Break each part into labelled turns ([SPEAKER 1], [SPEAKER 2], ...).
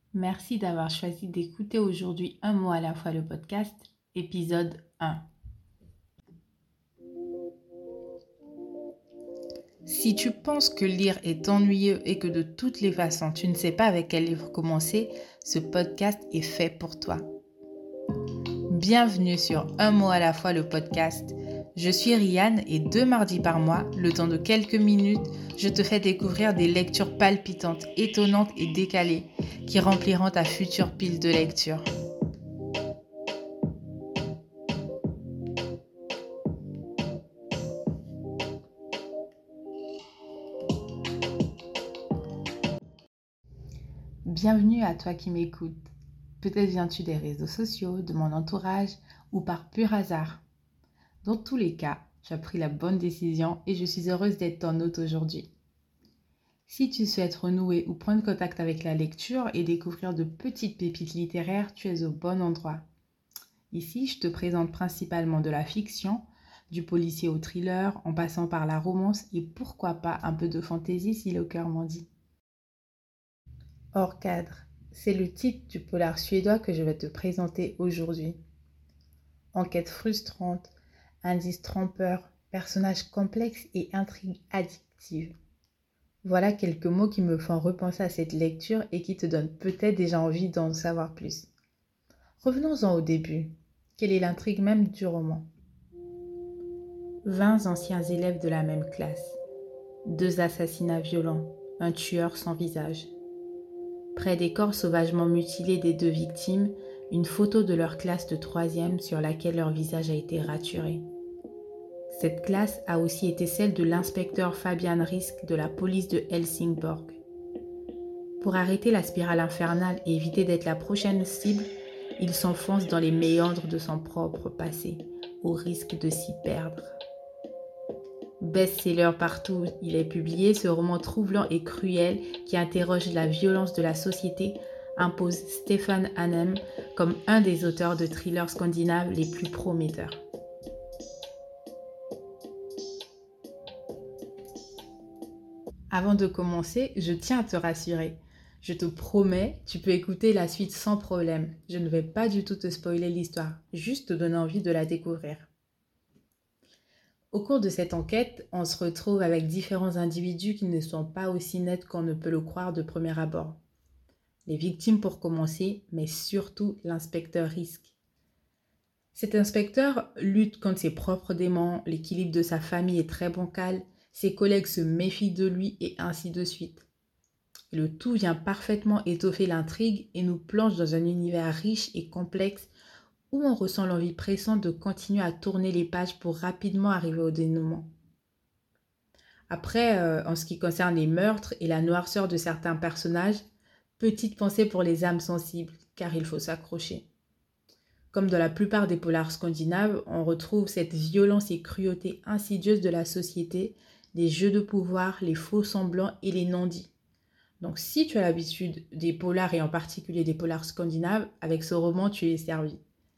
[SPEAKER 1] Merci d'avoir choisi d'écouter aujourd'hui Un mot à la fois le podcast, épisode 1. Si tu penses que lire est ennuyeux et que de toutes les façons tu ne sais pas avec quel livre commencer, ce podcast est fait pour toi. Bienvenue sur Un mot à la fois le podcast. Je suis Rianne et 2 mardis par mois, le temps de quelques minutes, je te fais découvrir des lectures palpitantes, étonnantes et décalées qui rempliront ta future pile de lecture. Bienvenue à toi qui m'écoutes. Peut-être viens-tu des réseaux sociaux, de mon entourage ou par pur hasard. Dans tous les cas, tu as pris la bonne décision et je suis heureuse d'être ton hôte aujourd'hui. Si tu souhaites renouer ou prendre contact avec la lecture et découvrir de petites pépites littéraires, tu es au bon endroit. Ici, je te présente principalement de la fiction, du policier au thriller, en passant par la romance et pourquoi pas un peu de fantaisie si le cœur m'en dit. Hors cadre, c'est le titre du polar suédois que je vais te présenter aujourd'hui. Enquête frustrante, indices trompeurs, personnages complexes et intrigues addictives. Voilà quelques mots qui me font repenser à cette lecture et qui te donnent peut-être déjà envie d'en savoir plus. Revenons-en au début. Quelle est l'intrigue même du roman ? 20 anciens élèves de la même classe. 2 assassinats violents, un tueur sans visage. Près des corps sauvagement mutilés des 2 victimes, une photo de leur classe de 3e sur laquelle leur visage a été raturé. Cette classe a aussi été celle de l'inspecteur Fabian Risk de la police de Helsingborg. Pour arrêter la spirale infernale et éviter d'être la prochaine cible, il s'enfonce dans les méandres de son propre passé, au risque de s'y perdre. Best-seller partout où il est publié, ce roman troublant et cruel qui interroge la violence de la société impose Stefan Hanem comme un des auteurs de thrillers scandinaves les plus prometteurs. Avant de commencer, je tiens à te rassurer. Je te promets, tu peux écouter la suite sans problème. Je ne vais pas du tout te spoiler l'histoire, juste te donner envie de la découvrir. Au cours de cette enquête, on se retrouve avec différents individus qui ne sont pas aussi nets qu'on ne peut le croire de premier abord. Les victimes pour commencer, mais surtout l'inspecteur Risk. Cet inspecteur lutte contre ses propres démons, l'équilibre de sa famille est très bancal, ses collègues se méfient de lui et ainsi de suite. Le tout vient parfaitement étoffer l'intrigue et nous plonge dans un univers riche et complexe où on ressent l'envie pressante de continuer à tourner les pages pour rapidement arriver au dénouement. Après, en ce qui concerne les meurtres et la noirceur de certains personnages, petite pensée pour les âmes sensibles, car il faut s'accrocher. Comme dans la plupart des polars scandinaves, on retrouve cette violence et cruauté insidieuse de la société, les jeux de pouvoir, les faux semblants et les non-dits. Donc si tu as l'habitude des polars et en particulier des polars scandinaves, avec ce roman, tu es servi.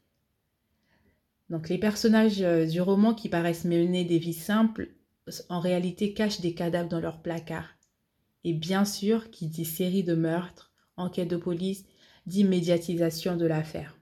[SPEAKER 1] Donc les personnages du roman qui paraissent mener des vies simples, en réalité cachent des cadavres dans leur placard. Et bien sûr, qui dit série de meurtres, enquête de police, dit médiatisation de l'affaire.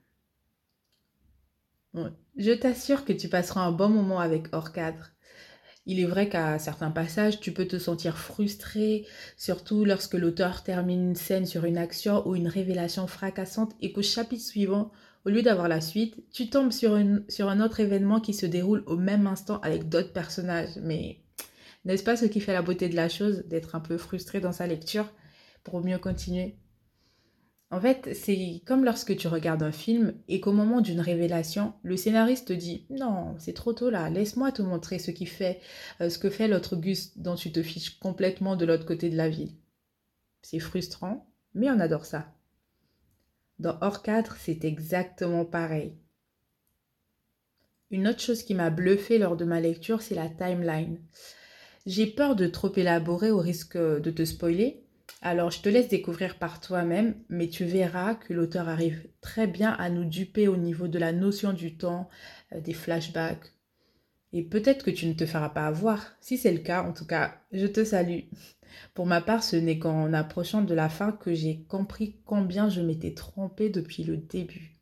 [SPEAKER 1] Ouais. Je t'assure que tu passeras un bon moment avec Hors Cadre. Il est vrai qu'à certains passages, tu peux te sentir frustré, surtout lorsque l'auteur termine une scène sur une action ou une révélation fracassante et qu'au chapitre suivant, au lieu d'avoir la suite, tu tombes sur un autre événement qui se déroule au même instant avec d'autres personnages. Mais n'est-ce pas ce qui fait la beauté de la chose, d'être un peu frustré dans sa lecture pour mieux continuer ? En fait, c'est comme lorsque tu regardes un film et qu'au moment d'une révélation, le scénariste te dit « Non, c'est trop tôt là, laisse-moi te montrer ce que fait l'autre Gus dont tu te fiches complètement de l'autre côté de la ville. » C'est frustrant, mais on adore ça. Dans Hors Cadre, c'est exactement pareil. Une autre chose qui m'a bluffée lors de ma lecture, c'est la timeline. J'ai peur de trop élaborer au risque de te spoiler, alors je te laisse découvrir par toi-même, mais tu verras que l'auteur arrive très bien à nous duper au niveau de la notion du temps, des flashbacks. Et peut-être que tu ne te feras pas avoir. Si c'est le cas, en tout cas, je te salue. Pour ma part, ce n'est qu'en approchant de la fin que j'ai compris combien je m'étais trompée depuis le début.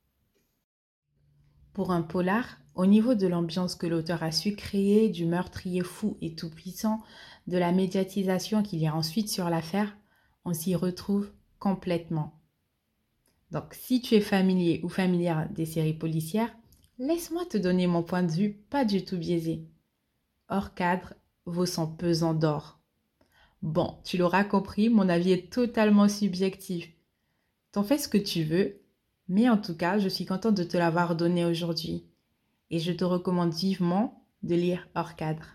[SPEAKER 1] Pour un polar, au niveau de l'ambiance que l'auteur a su créer, du meurtrier fou et tout-puissant, de la médiatisation qu'il y a ensuite sur l'affaire, on s'y retrouve complètement. Donc, si tu es familier ou familière des séries policières, laisse-moi te donner mon point de vue pas du tout biaisé. Hors cadre vaut son pesant d'or. Bon, tu l'auras compris, mon avis est totalement subjectif. T'en fais ce que tu veux, mais en tout cas, je suis contente de te l'avoir donné aujourd'hui. Et je te recommande vivement de lire Hors cadre.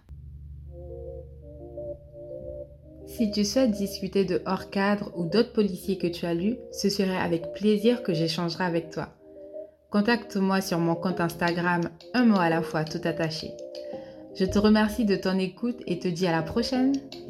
[SPEAKER 1] Si tu souhaites discuter de Hors cadre ou d'autres policiers que tu as lus, ce serait avec plaisir que j'échangerai avec toi. Contacte-moi sur mon compte Instagram, un mot à la fois tout attaché. Je te remercie de ton écoute et te dis à la prochaine.